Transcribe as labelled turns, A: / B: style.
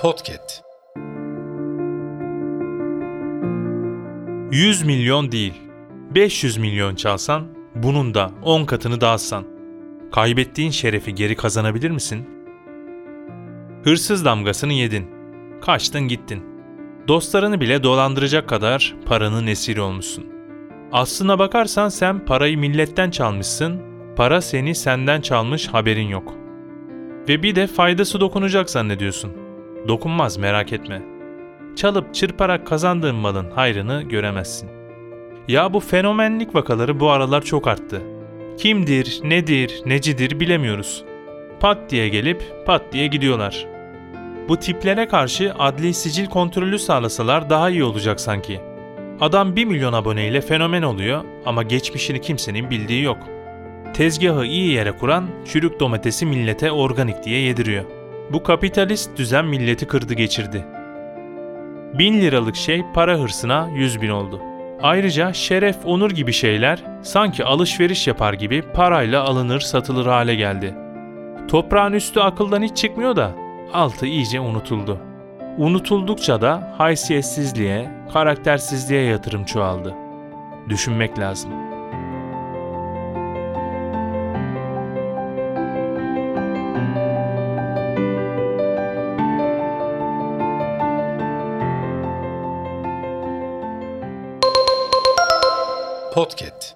A: Podcast.
B: 100 milyon değil, 500 milyon çalsan, bunun da 10 katını dağıtsan, kaybettiğin şerefi geri kazanabilir misin? Hırsız damgasını yedin, kaçtın gittin. Dostlarını bile dolandıracak kadar paranın esiri olmuşsun. Aslına bakarsan sen parayı milletten çalmışsın, para seni senden çalmış, haberin yok. Ve bir de faydası dokunacak zannediyorsun. Dokunmaz, merak etme. Çalıp çırparak kazandığın malın hayrını göremezsin. Ya bu fenomenlik vakaları bu aralar çok arttı. Kimdir, nedir, necidir bilemiyoruz. Pat diye gelip pat diye gidiyorlar. Bu tiplere karşı adli sicil kontrolü sağlasalar daha iyi olacak sanki. Adam 1 milyon aboneyle fenomen oluyor ama geçmişini kimsenin bildiği yok. Tezgahı iyi yere kuran çürük domatesi millete organik diye yediriyor. Bu kapitalist düzen milleti kırdı geçirdi. 1000 liralık şey para hırsına 100.000 oldu. Ayrıca şeref, onur gibi şeyler sanki alışveriş yapar gibi parayla alınır satılır hale geldi. Toprağın üstü akıldan hiç çıkmıyor da altı iyice unutuldu. Unutuldukça da haysiyetsizliğe, karaktersizliğe yatırım çoğaldı. Düşünmek lazım.
A: Podcast.